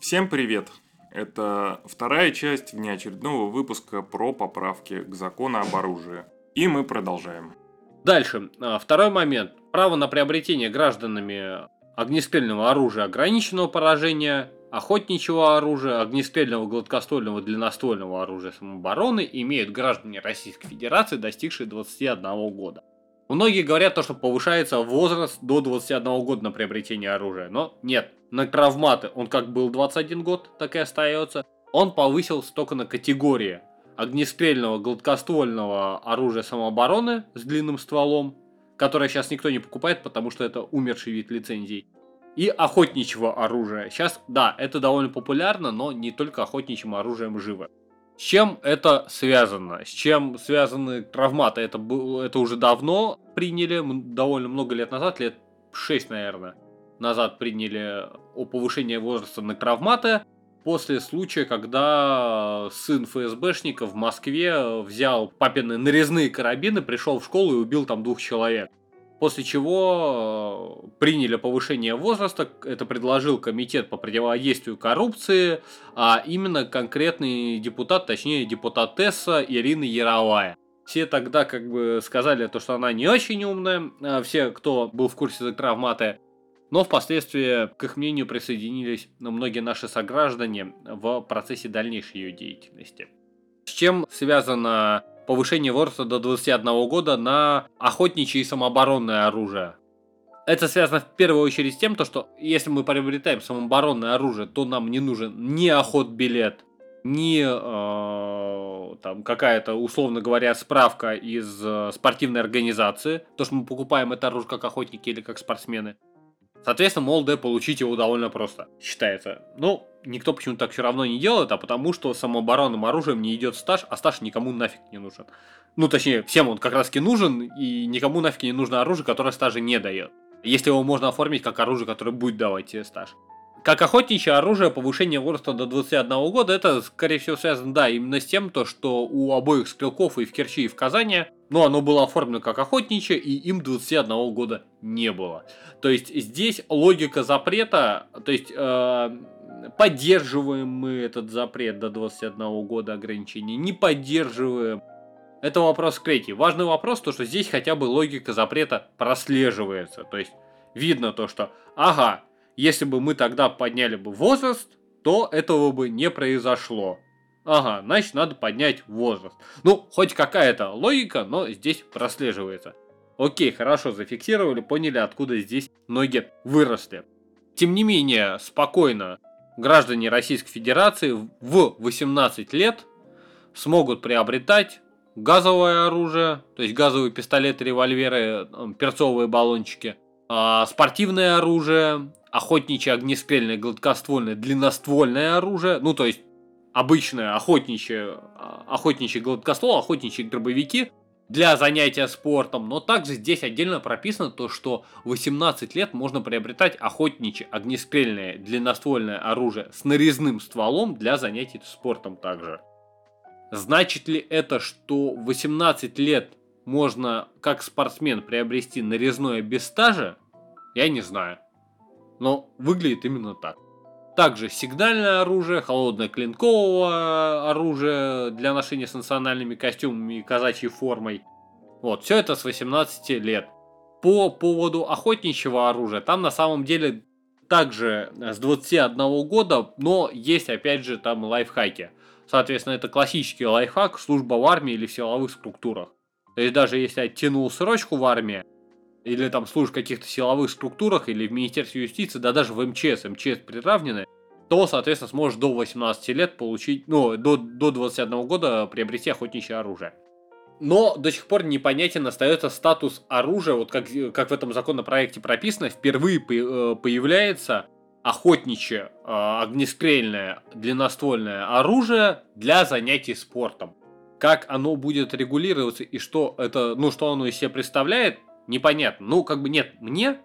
Всем привет! Это вторая часть внеочередного выпуска про поправки к закону об оружии. И мы продолжаем. Дальше. Второй момент. Право на приобретение гражданами огнестрельного оружия ограниченного поражения, охотничьего оружия, огнестрельного, гладкоствольного, длинноствольного оружия самообороны имеют граждане Российской Федерации, достигшие 21 года. Многие говорят, что повышается возраст до 21 года на приобретение оружия, но нет. На травматы он как был 21 год, так и остается. Он повысился только на категории огнестрельного гладкоствольного оружия самообороны с длинным стволом, которое сейчас никто не покупает, потому что это умерший вид лицензий, и охотничьего оружия. Сейчас, да, это довольно популярно, но не только охотничьим оружием живо. С чем это связано? С чем связаны травматы? Это уже давно приняли, довольно много лет назад, лет 6, наверное, назад приняли о повышении возраста на травматы. После случая, когда сын ФСБшника в Москве взял папины нарезные карабины, пришел в школу и убил там 2 человек. После чего приняли повышение возраста, это предложил комитет по противодействию коррупции, а именно конкретный депутат, точнее депутатесса Ирина Яровая. Все тогда как бы сказали, что она не очень умная, все, кто был в курсе за травматы. Но впоследствии к их мнению присоединились многие наши сограждане в процессе дальнейшей ее деятельности. С чем связано повышение возраста до 21 года на охотничье и самооборонное оружие? Это связано в первую очередь с тем, что если мы приобретаем самооборонное оружие, то нам не нужен ни охотбилет, ни там какая-то, условно говоря, справка из спортивной организации, то, что мы покупаем это оружие как охотники или как спортсмены. Соответственно, молодые получить его довольно просто, считается. Но никто почему-то так все равно не делает, а потому что самооборонным оружием не идет стаж, а стаж никому нафиг не нужен. Ну, точнее, всем он как раз таки нужен, и никому нафиг не нужно оружие, которое стажа не дает. Если его можно оформить как оружие, которое будет давать тебе стаж. Как охотничье оружие, повышение возраста до 21 года, это, скорее всего, связано, да, именно с тем, что у обоих стрелков и в Керчи, и в Казани, оно было оформлено как охотничье, и им 21 года не было. То есть, здесь логика запрета, то есть, поддерживаем мы этот запрет до 21 года ограничений, не поддерживаем. Это вопрос третий. Важный вопрос, что здесь хотя бы логика запрета прослеживается. То есть, видно что, ага, если бы мы тогда подняли бы возраст, то этого бы не произошло. Ага, значит, надо поднять возраст. Хоть какая-то логика, но здесь прослеживается. Окей, хорошо, зафиксировали, поняли, откуда здесь ноги выросли. Тем не менее, спокойно граждане Российской Федерации в 18 лет смогут приобретать газовое оружие, то есть газовые пистолеты, револьверы, перцовые баллончики, спортивное оружие, охотничье, огнестрельное, гладкоствольное, длинноствольное оружие, то есть обычное охотничье гладкоствол, охотничьи дробовики для занятия спортом, но также здесь отдельно прописано что 18 лет можно приобретать охотничье, огнестрельное, длинноствольное оружие с нарезным стволом для занятий спортом также. Значит ли это, что в 18 лет можно как спортсмен приобрести нарезное без стажа? Я не знаю. Но выглядит именно так. Также сигнальное оружие, холодное клинковое оружие для ношения с национальными костюмами и казачьей формой. Все это с 18 лет. По поводу охотничьего оружия, там на самом деле также с 21 года, но есть опять же там лайфхаки. Соответственно, это классический лайфхак, служба в армии или в силовых структурах. То есть даже если оттянул срочку в армии, или там служишь в каких-то силовых структурах, или в Министерстве юстиции, да даже в МЧС приравнены, то, соответственно, сможешь до 18 лет получить, до 21 года приобрести охотничье оружие. Но до сих пор непонятен остается статус оружия, как в этом законопроекте прописано, впервые появляется охотничье, огнестрельное, длинноствольное оружие для занятий спортом. Как оно будет регулироваться и что это, что оно из себя представляет, непонятно. Нет, мне,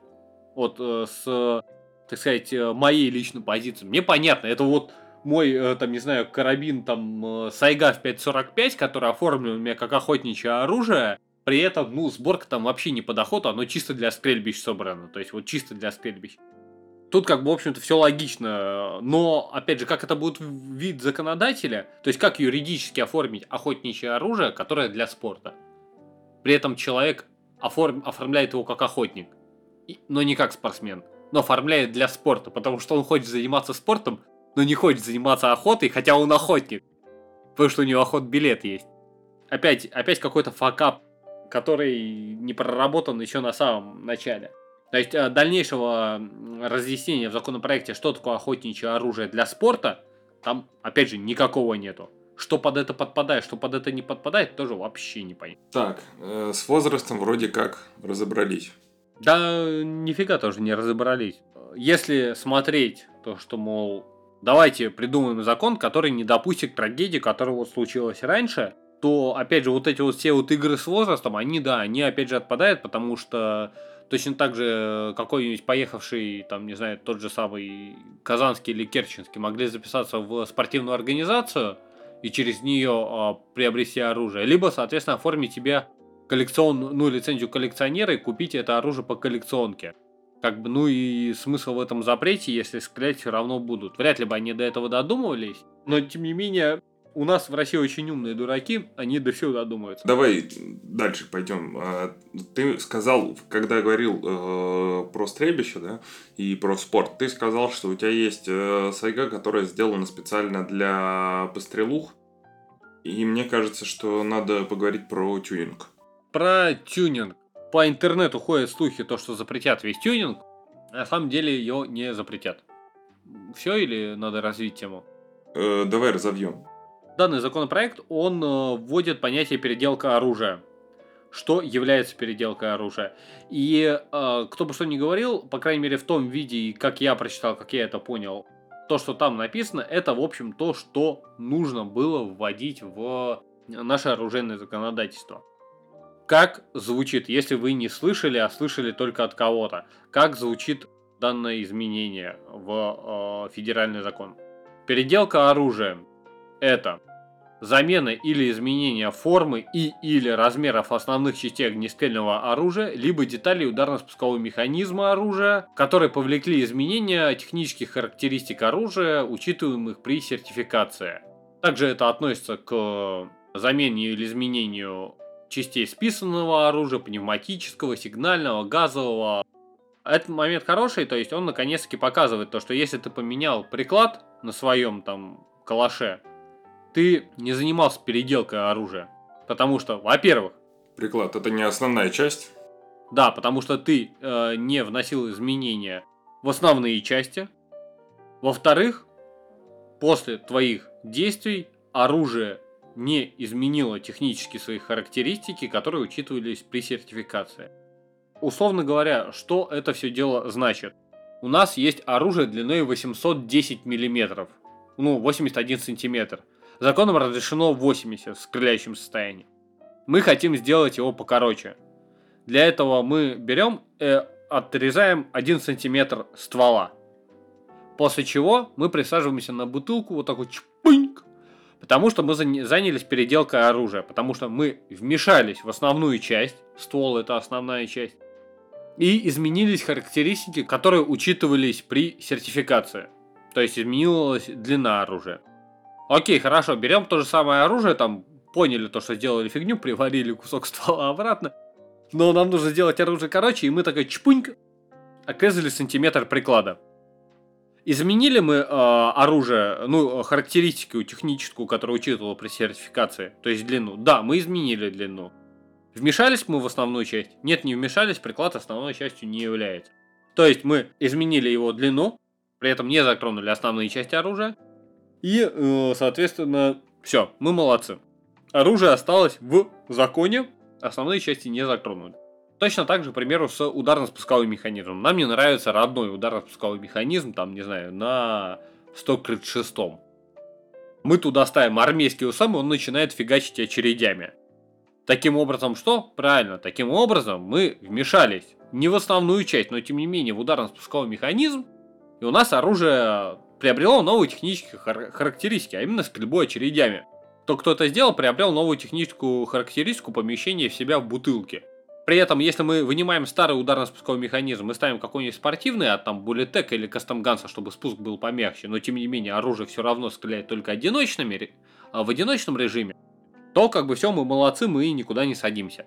так сказать, моей личной позиции, мне понятно, это мой, карабин, Сайгав 545, который оформлен у меня как охотничье оружие, при этом, сборка там вообще не по доходу, оно чисто для стрельбищ собрано, то есть чисто для стрельбищ. Тут как бы, в общем-то, все логично, но, опять же, как это будет вид законодателя, то есть как юридически оформить охотничье оружие, которое для спорта. При этом человек оформляет его как охотник, но не как спортсмен, но оформляет для спорта, потому что он хочет заниматься спортом, но не хочет заниматься охотой, хотя он охотник, потому что у него охотбилет есть. Опять какой-то факап, который не проработан еще на самом начале. То есть дальнейшего разъяснения в законопроекте, что такое охотничье оружие для спорта, там, опять же, никакого нету. Что под это подпадает, что под это не подпадает, тоже вообще не понятно. Так, с возрастом вроде как разобрались. Да, нифига тоже не разобрались. Если смотреть то, что, мол, давайте придумаем закон, который не допустит трагедии, которая вот случилась раньше, то, опять же, вот эти вот все вот игры с возрастом, они опять же отпадают, потому что точно так же какой-нибудь поехавший, там, не знаю, тот же самый Казанский или Керченский могли записаться в спортивную организацию и через нее приобрести оружие, либо, соответственно, оформить себе лицензию коллекционера и купить это оружие по коллекционке. Как бы, ну и смысл в этом запрете, если стрелять все равно будут. Вряд ли бы они до этого додумывались, но тем не менее, у нас в России очень умные дураки, они до всего додумаются. Давай дальше пойдем. Ты сказал, когда говорил про стрельбище, да, и про спорт, ты сказал, что у тебя есть сайга, которая сделана специально для пострелух. И мне кажется, что надо поговорить про тюнинг. Про тюнинг. По интернету ходят слухи, то, что запретят весь тюнинг. На самом деле ее не запретят. Все или надо развить тему? Давай разовьем. Данный законопроект, он вводит понятие переделка оружия. Что является переделкой оружия. И кто бы что ни говорил, по крайней мере в том виде, как я прочитал, как я это понял, то, что там написано, это в общем то, что нужно было вводить в наше оружейное законодательство. Как звучит, если вы не слышали, а слышали только от кого-то, как звучит данное изменение в федеральный закон. Переделка оружия – это замена или изменение формы или размеров основных частей огнестрельного оружия, либо деталей ударно-спускового механизма оружия, которые повлекли изменения технических характеристик оружия, учитываемых при сертификации. Также это относится к замене или изменению частей списанного оружия, пневматического, сигнального, газового. Этот момент хороший, то есть он наконец-таки показывает то, что если ты поменял приклад на своем там калаше, ты не занимался переделкой оружия. Потому что, во-первых... Приклад – это не основная часть. Да, потому что ты не вносил изменения в основные части. Во-вторых, после твоих действий оружие не изменило технически свои характеристики, которые учитывались при сертификации. Условно говоря, что это все дело значит? У нас есть оружие длиной 810 мм, 81 сантиметр. Законом разрешено 80 в стреляющем состоянии. Мы хотим сделать его покороче. Для этого мы берем и отрезаем 1 сантиметр ствола. После чего мы присаживаемся на бутылку вот такой чпыньк. Потому что мы занялись переделкой оружия. Потому что мы вмешались в основную часть. Ствол – это основная часть. И изменились характеристики, которые учитывались при сертификации. То есть изменилась длина оружия. Окей, хорошо, берем то же самое оружие, там поняли то, что сделали фигню, приварили кусок ствола обратно. Но нам нужно сделать оружие короче, и мы такой чпуньк, отрезали сантиметр приклада. Изменили мы оружие, характеристику техническую, которую учитывала при сертификации, то есть длину. Да, мы изменили длину. Вмешались мы в основную часть? Нет, не вмешались, приклад основной частью не является. То есть мы изменили его длину, при этом не затронули основные части оружия. И, соответственно, все, мы молодцы. Оружие осталось в законе, основные части не затронули. Точно так же, к примеру, с ударно-спусковым механизмом. Нам не нравится родной ударно-спусковой механизм, там, не знаю, на 136-м. Мы туда ставим армейский УСАМ, и он начинает фигачить очередями. Таким образом, что? Правильно, таким образом мы вмешались не в основную часть, но тем не менее в ударно-спусковой механизм, и у нас оружие приобрело новые технические характеристики, а именно стрельбу очередями. То, кто это сделал, приобрел новую техническую характеристику помещения в себя в бутылке. При этом, если мы вынимаем старый ударно-спусковой механизм и ставим какой-нибудь спортивный от там Буллетека или Кастомганса, чтобы спуск был помягче, но тем не менее оружие все равно стреляет только в одиночном режиме, то как бы все, мы молодцы, мы никуда не садимся.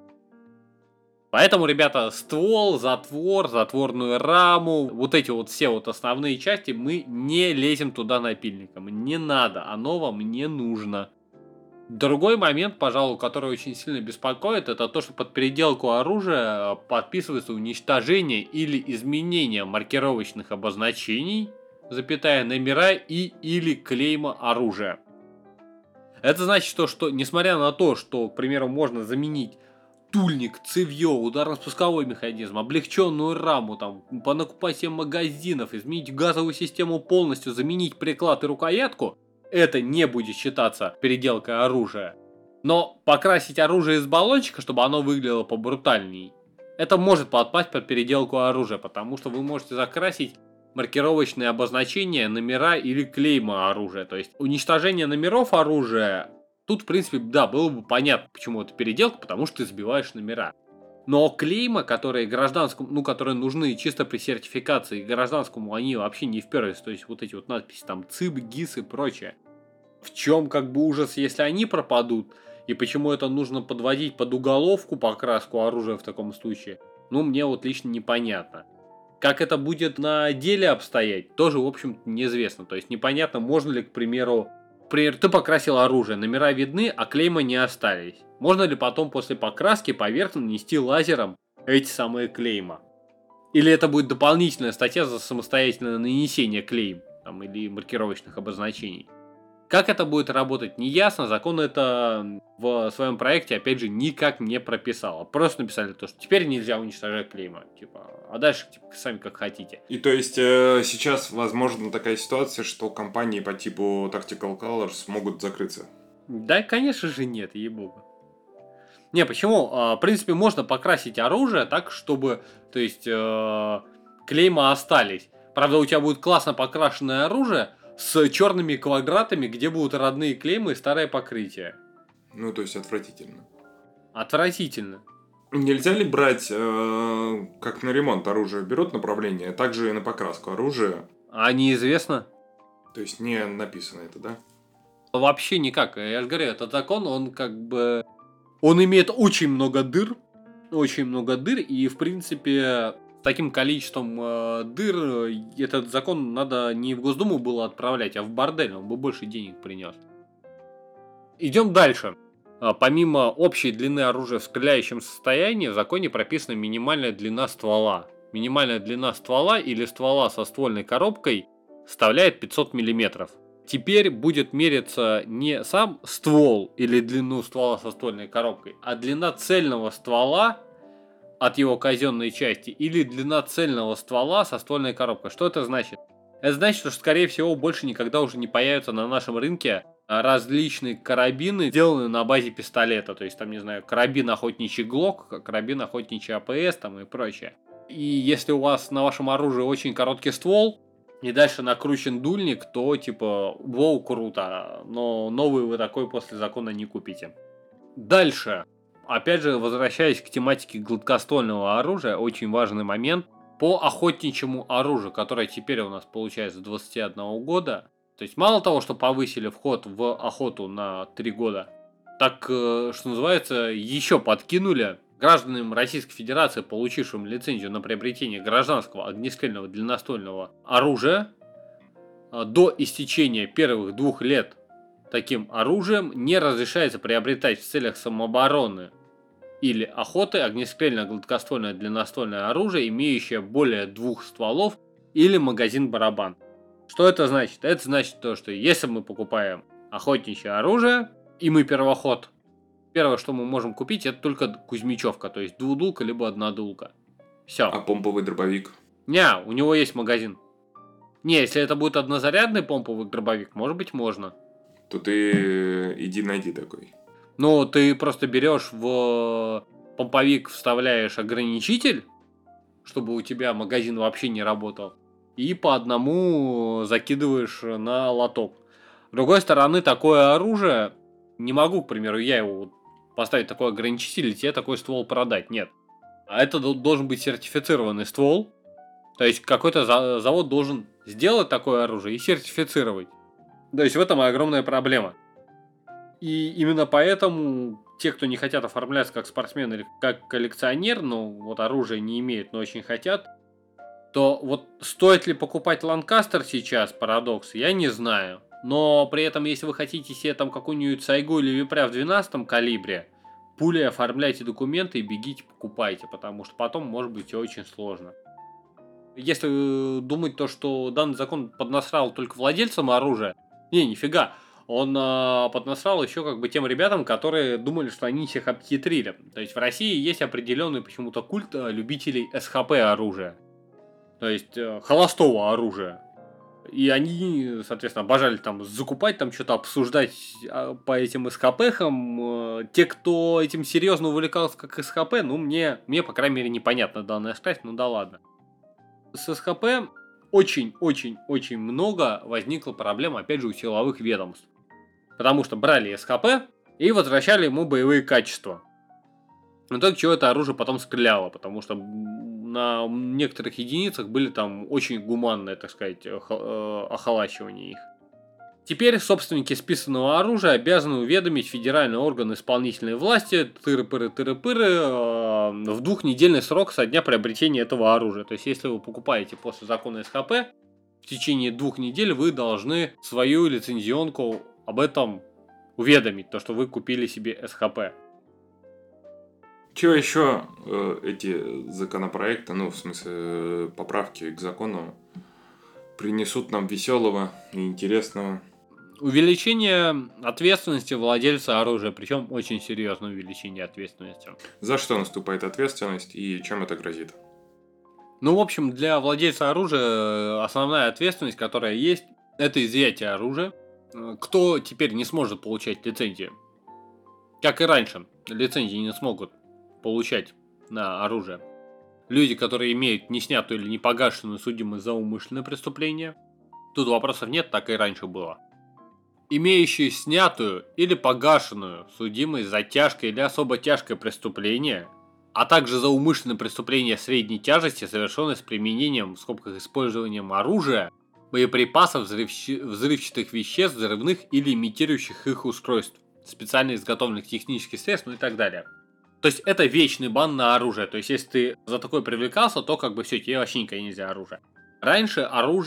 Поэтому, ребята, ствол, затвор, затворную раму, вот эти вот все вот основные части, мы не лезем туда напильником. Не надо, оно вам не нужно. Другой момент, пожалуй, который очень сильно беспокоит, это то, что под переделку оружия подписывается уничтожение или изменение маркировочных обозначений, запятая номера и или клейма оружия. Это значит, что несмотря на то, что, к примеру, можно заменить тульник, цевьё, ударно-спусковой механизм, облегченную раму, там, понакупать 7 магазинов, изменить газовую систему полностью, заменить приклад и рукоятку, это не будет считаться переделкой оружия. Но покрасить оружие из баллончика, чтобы оно выглядело побрутальней, это может подпасть под переделку оружия, потому что вы можете закрасить маркировочные обозначения, номера или клейма оружия. То есть уничтожение номеров оружия, тут, в принципе, да, было бы понятно, почему это переделка, потому что ты сбиваешь номера. Но клейма, которые гражданскому, которые нужны чисто при сертификации, гражданскому они вообще не вперлись. То есть вот эти вот надписи там ЦИБ, ГИС и прочее. В чем как бы ужас, если они пропадут? И почему это нужно подводить под уголовку покраску оружия в таком случае? Мне вот лично непонятно. Как это будет на деле обстоять, тоже, в общем-то, неизвестно. То есть непонятно, можно ли, к примеру, ты покрасил оружие, номера видны, а клейма не остались. Можно ли потом после покраски поверх нанести лазером эти самые клейма? Или это будет дополнительная статья за самостоятельное нанесение клейм или маркировочных обозначений? Как это будет работать, не ясно. Закон это в своем проекте, опять же, никак не прописал. Просто написали то, что теперь нельзя уничтожать клейма. А дальше сами как хотите. И то есть сейчас возможна такая ситуация, что компании по типу Tactical Colors могут закрыться? Да, конечно же нет, ей-богу. Не, почему? В принципе, можно покрасить оружие так, чтобы, то есть, клейма остались. Правда, у тебя будет классно покрашенное оружие с черными квадратами, где будут родные клеймы и старое покрытие. То есть отвратительно. Отвратительно. Нельзя ли брать, как на ремонт оружие берут направление, также и на покраску оружия? А неизвестно? То есть не написано это, да? Вообще никак. Я же говорю, этот закон, он он имеет очень много дыр, и, в принципе, с таким количеством дыр этот закон надо не в Госдуму было отправлять, а в бордель, он бы больше денег принес. Идем дальше. Помимо общей длины оружия в стреляющем состоянии, в законе прописана минимальная длина ствола. Минимальная длина ствола или ствола со ствольной коробкой составляет 500 мм. Теперь будет мериться не сам ствол или длину ствола со ствольной коробкой, а длина цельного ствола от его казенной части или длина цельного ствола со ствольной коробкой. Что это значит? Это значит, что, скорее всего, больше никогда уже не появятся на нашем рынке различные карабины, сделанные на базе пистолета. То есть, там, не знаю, карабин охотничий ГЛОК, карабин охотничий АПС и прочее. И если у вас на вашем оружии очень короткий ствол, и дальше накручен дульник, то воу, круто. Но новый вы такой после закона не купите. Дальше. Опять же, возвращаясь к тематике гладкоствольного оружия, очень важный момент. По охотничьему оружию, которое теперь у нас получается с 21 года. То есть мало того, что повысили вход в охоту на 3 года, так, что называется, еще подкинули гражданам Российской Федерации, получившим лицензию на приобретение гражданского огнестрельного длинноствольного оружия, до истечения первых 2 лет таким оружием не разрешается приобретать в целях самообороны или охоты огнестрельное гладкоствольное длинноствольное оружие, имеющее более 2 стволов или магазин-барабан. Что это значит? Это значит то, что если мы покупаем охотничье оружие, и мы первоход, первое, что мы можем купить, это только кузьмичевка, то есть двудулка либо однодулка. Все. А помповый дробовик? Не, у него есть магазин. Не, если это будет однозарядный помповый дробовик, может быть, можно. То ты иди найди такой. Ты просто берешь в помповик, вставляешь ограничитель, чтобы у тебя магазин вообще не работал, и по одному закидываешь на лоток. С другой стороны, такое оружие, не могу, к примеру, я его поставить такой ограничитель и тебе такой ствол продать. Нет. А это должен быть сертифицированный ствол. То есть какой-то завод должен сделать такое оружие и сертифицировать. То есть в этом и огромная проблема. И именно поэтому те, кто не хотят оформляться как спортсмен или как коллекционер, но вот оружие не имеют, но очень хотят, то вот стоит ли покупать Ланкастер сейчас, парадокс, я не знаю. Но при этом, если вы хотите себе там какую-нибудь Сайгу или Випря в 12 калибре, пулей оформляйте документы и бегите покупайте, потому что потом может быть очень сложно. Если думать то, что данный закон поднасрал только владельцам оружия, нифига. Он поднасрал еще как бы тем ребятам, которые думали, что они всех обхитрили. То есть в России есть определенный почему-то культ любителей СХП оружия. То есть холостого оружия. И они, соответственно, обожали там закупать, там что-то обсуждать по этим СХПхам. Те, кто этим серьезно увлекался как СХП, ну мне по крайней мере, непонятна данная связь, ну да ладно. С СХП очень-очень-очень много возникло проблем, опять же, у силовых ведомств. Потому что брали СХП и возвращали ему боевые качества. Но так чего это оружие потом стреляло, потому что на некоторых единицах были там очень гуманное, так сказать, охолачивание их. Теперь собственники списанного оружия обязаны уведомить федеральный орган исполнительной власти тыры-пыры-тыры-пыры в 2-недельный срок со дня приобретения этого оружия. То есть, если вы покупаете после закона СХП, в течение 2 недель вы должны свою лицензионку об этом уведомить, то, что вы купили себе СХП. Чего еще эти законопроекты, ну, в смысле, поправки к закону принесут нам веселого и интересного? Увеличение ответственности владельца оружия, причем очень серьезное увеличение ответственности. За что наступает ответственность и чем это грозит? Ну, в общем, для владельца оружия основная ответственность, которая есть, это изъятие оружия. Кто теперь не сможет получать лицензии? Как и раньше, лицензии не смогут получать на оружие люди, которые имеют не снятую или не погашенную судимость за умышленное преступление. Тут вопросов нет, так и раньше было. Имеющие снятую или погашенную судимость за тяжкое или особо тяжкое преступление, а также за умышленное преступление средней тяжести, совершенное с применением, в скобках, использованием оружия, боеприпасов, взрывчатых веществ, взрывных или имитирующих их устройств, специально изготовленных технических средств, ну и так далее. То есть это вечный бан на оружие. То есть если ты за такое привлекался, то как бы все, тебе вообще никогда нельзя оружие. Раньше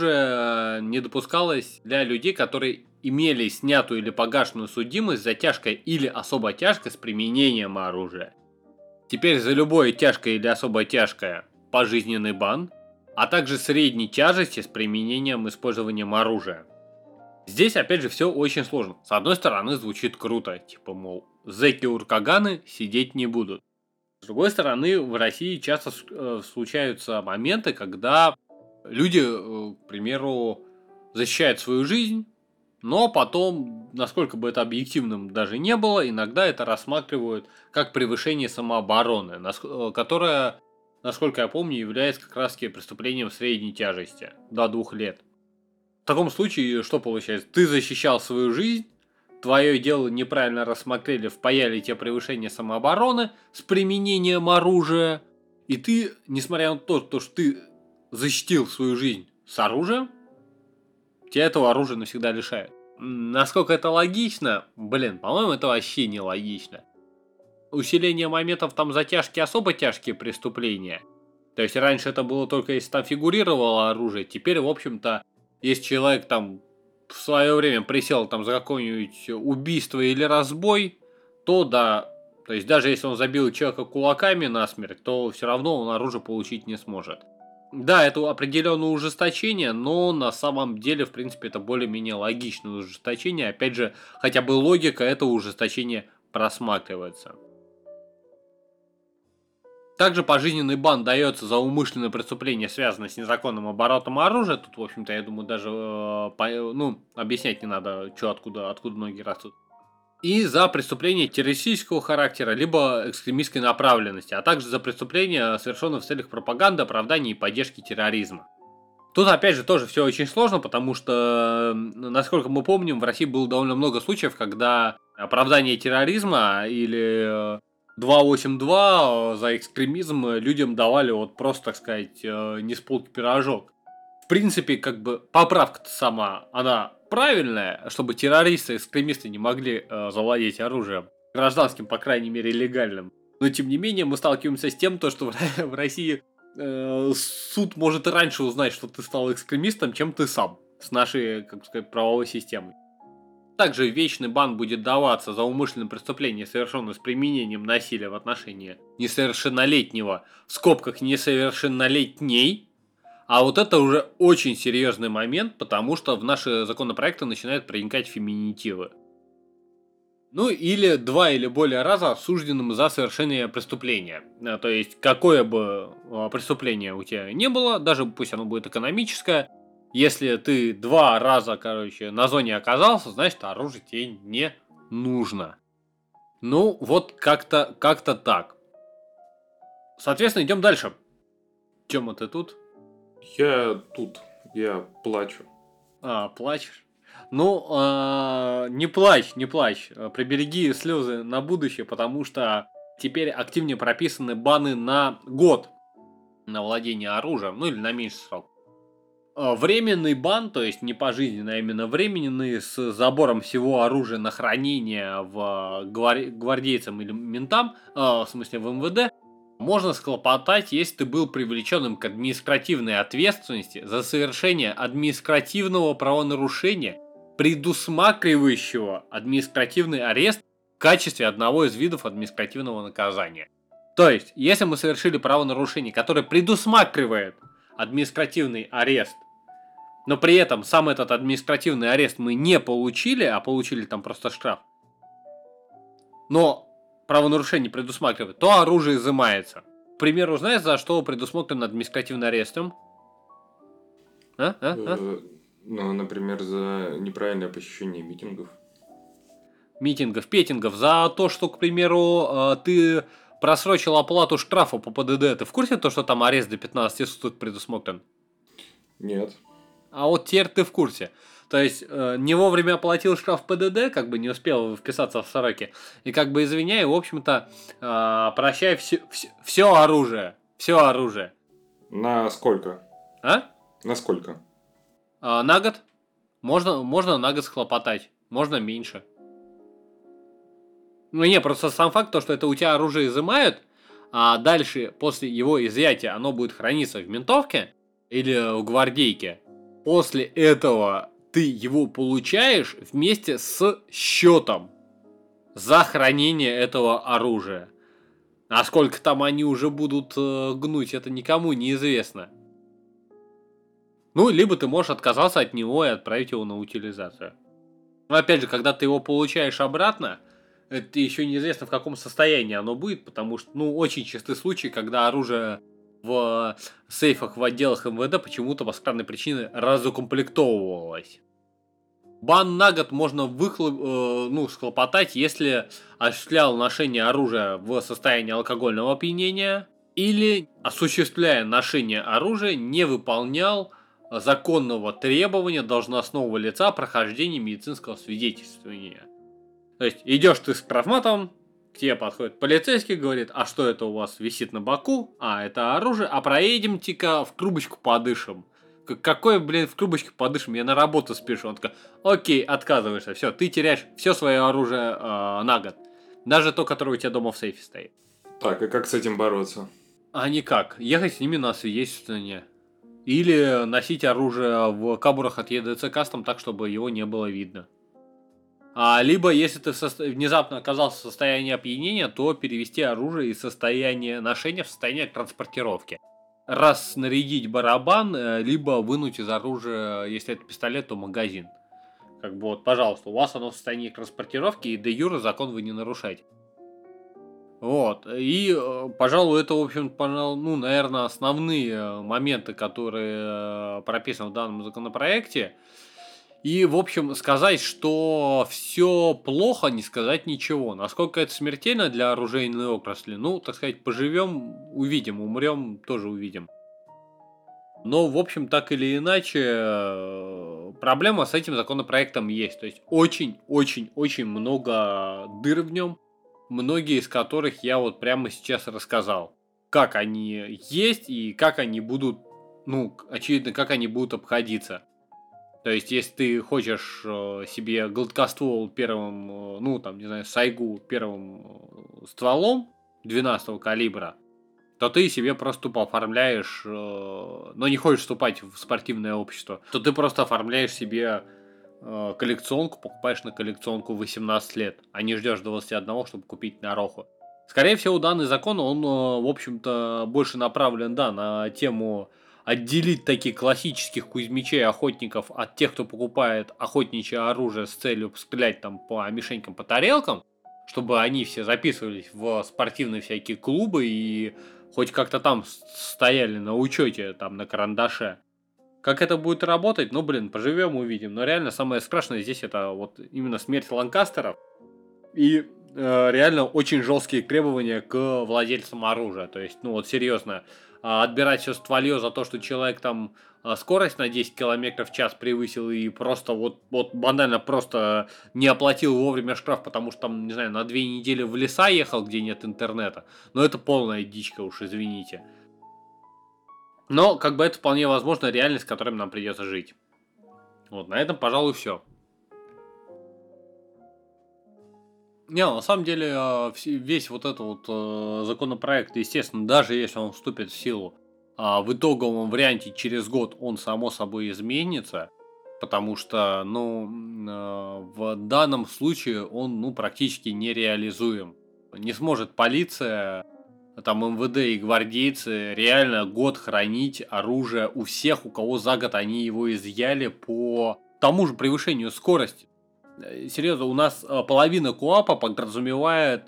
оружие не допускалось для людей, которые имели снятую или погашенную судимость за тяжкое или особо тяжкое с применением оружия. Теперь за любое тяжкое или особо тяжкое пожизненный бан, а также средней тяжести с применением использованием оружия. Здесь опять же все очень сложно. С одной стороны звучит круто, типа мол, зэки-уркаганы сидеть не будут. С другой стороны, в России часто случаются моменты, когда люди, к примеру, защищают свою жизнь, но потом, насколько бы это объективным даже не было, иногда это рассматривают как превышение самообороны, которое, насколько я помню, является как раз преступлением средней тяжести до 2 лет. В таком случае, что получается? Ты защищал свою жизнь, твое дело неправильно рассмотрели, впаяли тебе превышение самообороны с применением оружия, и ты, несмотря на то, что ты защитил свою жизнь с оружием, тебя этого оружия навсегда лишают. Насколько это логично? По-моему, это вообще не логично. Усиление моментов там за тяжкие, особо тяжкие преступления. То есть раньше это было только если там фигурировало оружие, теперь, в общем-то, если человек там в свое время присел там за какое-нибудь убийство или разбой, то да, то есть даже если он забил человека кулаками насмерть, то все равно он оружие получить не сможет. Да, это определенное ужесточение, но на самом деле, в принципе, это более-менее логичное ужесточение. Опять же, хотя бы логика этого ужесточения просматривается. Также пожизненный бан дается за умышленное преступление, связанное с незаконным оборотом оружия. Тут, в общем-то, я думаю, даже объяснять не надо, что откуда ноги растут. И за преступление террористического характера, либо экстремистской направленности, а также за преступления, совершенные в целях пропаганды, оправдания и поддержки терроризма. Тут, опять же, тоже все очень сложно, потому что, насколько мы помним, в России было довольно много случаев, когда оправдание терроризма или 282 за экстремизм людям давали вот просто, так сказать, не с полки пирожок. В принципе, как бы поправка-то сама, она правильная, чтобы террористы, экстремисты не могли завладеть оружием. Гражданским, по крайней мере, легальным. Но, тем не менее, мы сталкиваемся с тем, то, что в России суд может и раньше узнать, что ты стал экстремистом, чем ты сам. С нашей, как сказать, правовой системой. Также вечный бан будет даваться за умышленное преступление, совершенное с применением насилия в отношении несовершеннолетнего, в скобках несовершеннолетней. А вот это уже очень серьезный момент, потому что в наши законопроекты начинают проникать феминитивы. Ну или 2 или более раза осужденным за совершение преступления. То есть, какое бы преступление у тебя не было, даже пусть оно будет экономическое, если ты 2 раза, короче, на зоне оказался, значит, оружие тебе не нужно. Ну, вот как-то так. Соответственно, идем дальше. Тёма, ты тут? Я тут, я плачу. Плачешь? Ну, не плачь, не плачь. Прибереги слезы на будущее, потому что теперь активнее прописаны баны на год на владение оружием, ну или на меньший срок. Временный бан, то есть не пожизненный, а именно временный, с забором всего оружия на хранение в гвардейцам или ментам, в смысле в МВД, можно схлопотать, если ты был привлеченным к административной ответственности за совершение административного правонарушения, предусматривающего административный арест в качестве одного из видов административного наказания. То есть, если мы совершили правонарушение, которое предусматривает административный арест, но при этом сам этот административный арест мы не получили, а получили там просто штраф, но правонарушение предусматривает, то оружие изымается. К примеру, знаешь, за что предусмотрен административный арестом? Ну, например, за неправильное посещение митингов. Петингов. За то, что, к примеру, ты просрочил оплату штрафа по ПДД. Ты в курсе то, что там арест до 15 суток предусмотрен? Нет. А вот теперь ты в курсе. То есть, не вовремя оплатил штраф ПДД, как бы не успел вписаться в сроки. И как бы извиняй, в общем-то, прощай все оружие. Все оружие. На сколько? На сколько? На год. Можно на год схлопотать. Можно меньше. Ну не, просто сам факт, то, что это у тебя оружие изымают, а дальше, после его изъятия, оно будет храниться в ментовке или в гвардейке. После этого ты его получаешь вместе с счетом за хранение этого оружия. А сколько там они уже будут гнуть, это никому не известно. Ну, либо ты можешь отказаться от него и отправить его на утилизацию. Но опять же, когда ты его получаешь обратно, это еще неизвестно, в каком состоянии оно будет, потому что, очень частый случай, когда оружие в сейфах в отделах МВД почему-то по странной причине разукомплектовывалось. Бан на год можно схлопотать, если осуществлял ношение оружия в состоянии алкогольного опьянения или, осуществляя ношение оружия, не выполнял законного требования должностного лица прохождения медицинского свидетельствования. То есть, идешь ты с травматом, к тебе подходит полицейский, говорит, а что это у вас висит на боку? Это оружие, а проедемте-ка в трубочку подышим. Какой, в трубочке подышим? Я на работу спешу. Он такой, окей, отказываешься, все, ты теряешь все свое оружие на год. Даже то, которое у тебя дома в сейфе стоит. Так, и как с этим бороться? А никак. Ехать с ними на свидетельствование. Или носить оружие в кабурах от ЕДЦ Кастом так, чтобы его не было видно. Либо, если ты внезапно оказался в состоянии опьянения, то перевести оружие из состояния ношения в состояние транспортировки. Раз снарядить барабан, либо вынуть из оружия, если это пистолет, то магазин. Как бы вот, пожалуйста, у вас оно в состоянии транспортировки, и де юре закон вы не нарушаете. Вот. И, пожалуй, это, в общем, наверное, основные моменты, которые прописаны в данном законопроекте. И, в общем, сказать, что все плохо, не сказать ничего. Насколько это смертельно для оружейной отрасли, так сказать, поживем, увидим, умрем, тоже увидим. Но, в общем, так или иначе, проблема с этим законопроектом есть. То есть очень-очень-очень много дыр в нем, многие из которых я вот прямо сейчас рассказал. Как они есть и как они будут, ну, очевидно, как они будут обходиться. То есть, если ты хочешь себе гладкоствол первым, ну, там, не знаю, сайгу первым стволом 12 калибра, то ты себе просто тупо оформляешь, но не хочешь вступать в спортивное общество, то ты просто оформляешь себе коллекционку, покупаешь на коллекционку 18 лет, а не ждешь 21, чтобы купить на Роху. Скорее всего, данный закон, он, в общем-то, больше направлен, да, на тему отделить таких классических кузьмичей охотников от тех, кто покупает охотничье оружие с целью стрелять там по мишенькам, по тарелкам, чтобы они все записывались в спортивные всякие клубы и хоть как-то там стояли на учете, там на карандаше. Как это будет работать, ну, блин, поживем, увидим. Но реально самое страшное здесь это вот именно смерть Ланкастеров и реально очень жесткие требования к владельцам оружия. То есть, ну вот серьезно, отбирать все стволье за то, что человек там скорость на 10 километров в час превысил и просто вот банально просто не оплатил вовремя штраф, потому что там, не знаю, на 2 недели в леса ехал, где нет интернета. Но это полная дичка, уж извините. Но как бы это вполне возможно реальность, с которой нам придется жить. Вот, на этом, пожалуй, все. Не, на самом деле, весь вот этот вот законопроект, естественно, даже если он вступит в силу, в итоговом варианте через год он само собой изменится, потому что, ну, в данном случае он, ну, практически нереализуем. Не сможет полиция, там МВД и гвардейцы реально год хранить оружие у всех, у кого за год они его изъяли по тому же превышению скорости. Серьезно, у нас половина КУАПа подразумевает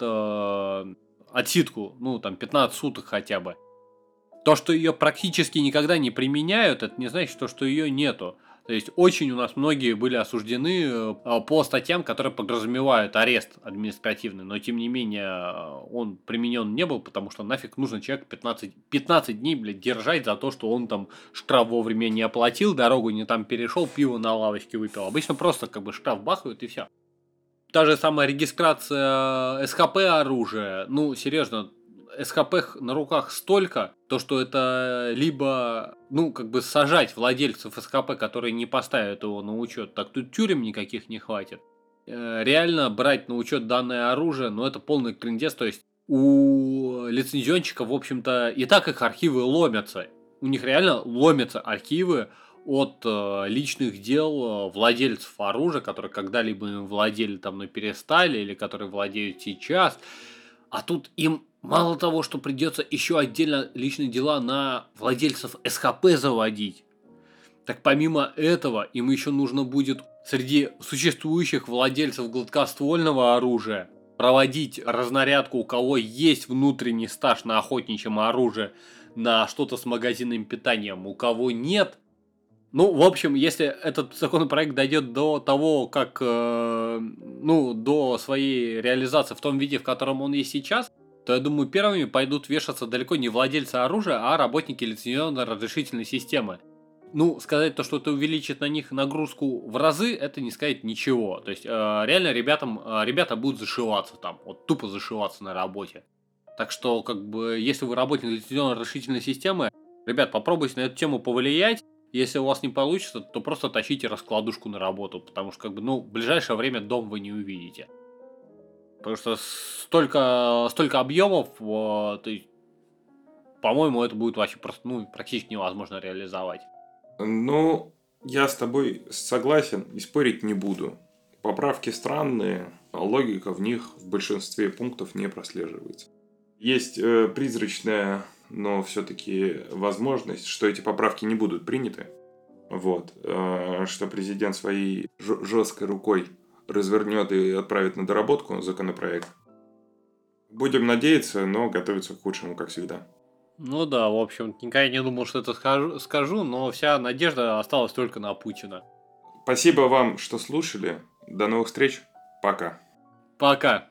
отсидку, ну там 15 суток хотя бы. То, что ее практически никогда не применяют, это не значит, что ее нету. То есть очень у нас многие были осуждены по статьям, которые подразумевают арест административный, но тем не менее он применен не был, потому что нафиг нужно человека 15 дней, блядь, держать за то, что он там штраф вовремя не оплатил, дорогу не там перешел, пиво на лавочке выпил. Обычно просто как бы штраф бахают и все. Та же самая регистрация СХП оружия, ну серьезно, СХП на руках столько, то что это либо, ну, как бы сажать владельцев СХП, которые не поставят его на учет, так тут тюрем никаких не хватит. Реально брать на учет данное оружие, ну, это полный крындец, то есть у лицензионщиков, в общем-то, и так их архивы ломятся. У них реально ломятся архивы от личных дел владельцев оружия, которые когда-либо им владели там, но перестали, или которые владеют сейчас. А тут им мало того, что придется еще отдельно личные дела на владельцев СХП заводить, так помимо этого им еще нужно будет среди существующих владельцев гладкоствольного оружия проводить разнарядку, у кого есть внутренний стаж на охотничьем оружии, на что-то с магазинным питанием, у кого нет. Ну, в общем, если этот законопроект дойдет до того, как, ну, до своей реализации в том виде, в котором он есть сейчас, то, я думаю, первыми пойдут вешаться далеко не владельцы оружия, а работники лицензионно-разрешительной системы. Ну, сказать то, что это увеличит на них нагрузку в разы, это не сказать ничего. То есть, реально ребята будут зашиваться там, вот тупо зашиваться на работе. Так что, как бы, если вы работник лицензионно-разрешительной системы, ребят, попробуйте на эту тему повлиять. Если у вас не получится, то просто тащите раскладушку на работу, потому что, как бы, ну, в ближайшее время дом вы не увидите. Потому что столько объемов, то есть, по-моему, это будет вообще просто, ну, практически невозможно реализовать. Ну, я с тобой согласен и спорить не буду. Поправки странные, а логика в них в большинстве пунктов не прослеживается. Есть призрачная, но все-таки возможность, что эти поправки не будут приняты. Вот. Что президент своей жесткой рукой развернет и отправит на доработку законопроект. Будем надеяться, но готовиться к худшему, как всегда. Ну да, в общем, никогда не думал, что это скажу, но вся надежда осталась только на Путина. Спасибо вам, что слушали. До новых встреч. Пока. Пока.